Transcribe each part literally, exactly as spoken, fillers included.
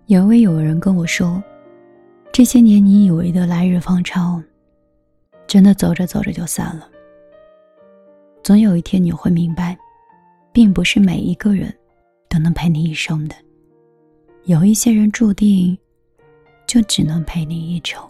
有一位友人跟我说，这些年你以为的来日方长，真的走着走着就散了。总有一天你会明白，并不是每一个人都能陪你一生的，有一些人注定就只能陪你一程。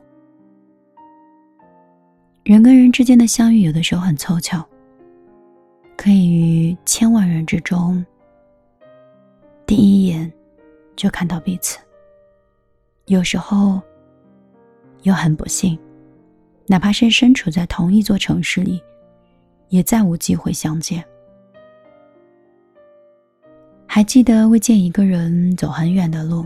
人跟人之间的相遇有的时候很凑巧，可以于千万人之中第一眼就看到彼此。有时候又很不幸，哪怕是身处在同一座城市里，也再无机会相见。还记得为见一个人走很远的路，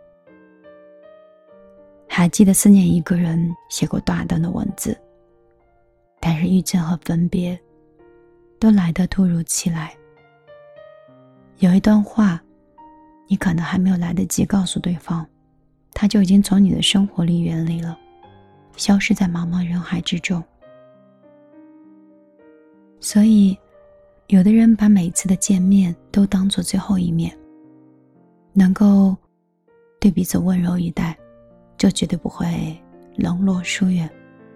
还记得思念一个人写过大段的文字，但是遇见和分别都来得突如其来。有一段话，你可能还没有来得及告诉对方，他就已经从你的生活里远离了，消失在茫茫人海之中。所以有的人把每次的见面都当作最后一面，能够对彼此温柔以待，就绝对不会冷落疏远。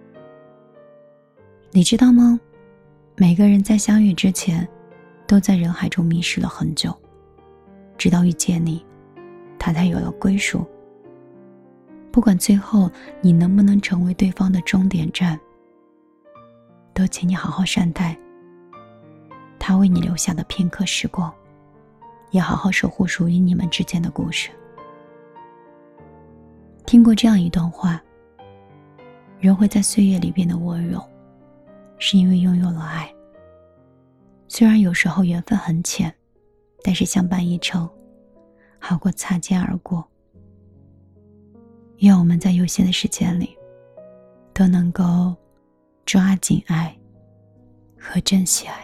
你知道吗？每个人在相遇之前都在人海中迷失了很久，直到遇见你，他才有了归属。不管最后你能不能成为对方的终点站，都请你好好善待他为你留下的片刻时光，也好好守护属于你们之间的故事。听过这样一段话，人会在岁月里变得温柔，是因为拥有了爱。虽然有时候缘分很浅，但是相伴一程，好过擦肩而过。愿我们在有限的时间里，都能够抓紧爱和珍惜爱。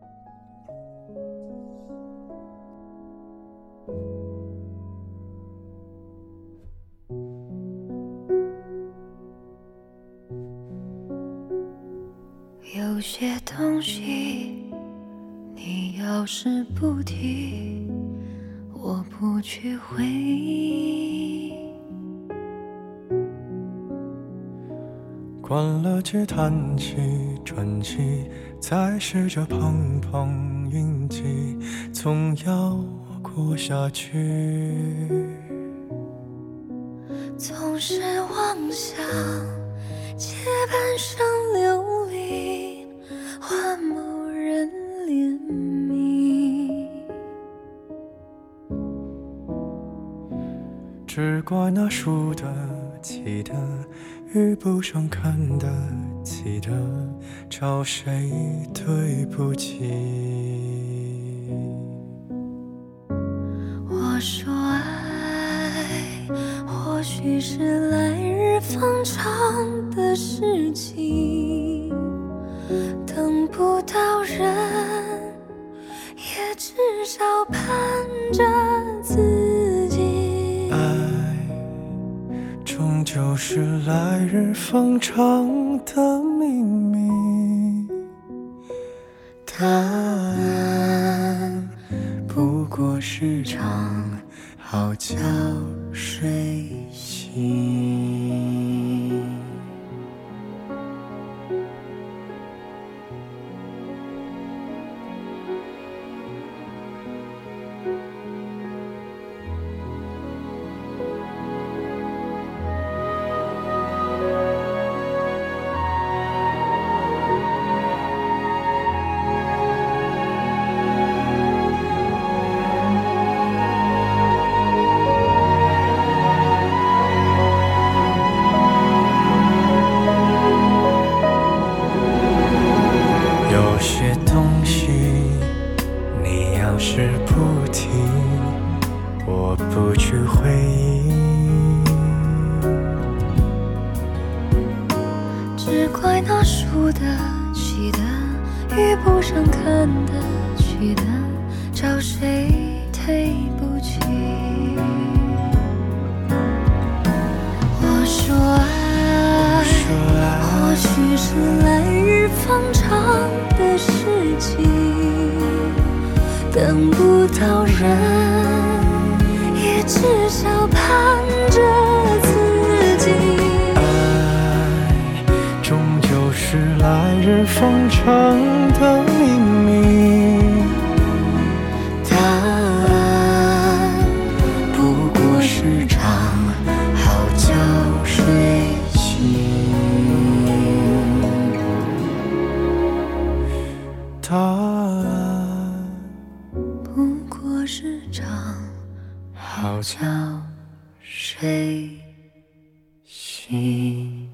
有些东西你要是不提，我不去回忆。 关了机叹气喘气，再试着碰碰运气，总要过下去。 总是妄想借半生流离换某人怜悯， 只怪那输得起的遇不上看得起的，找谁对不起？ 我说爱或许是来日方长的事情，等不到人，也至少盼着自己。 爱终究是来日方长的秘密，答案不过是场好觉睡醒。有些东西你要是不提，我不去回忆。 只怪那输得起的遇不上看得起的，找谁对不起？我说爱或许是来日方长的事情，等不到人，也至少盼是封城的秘密。 答案不过是场好觉睡醒。 答案不过是场好觉睡醒。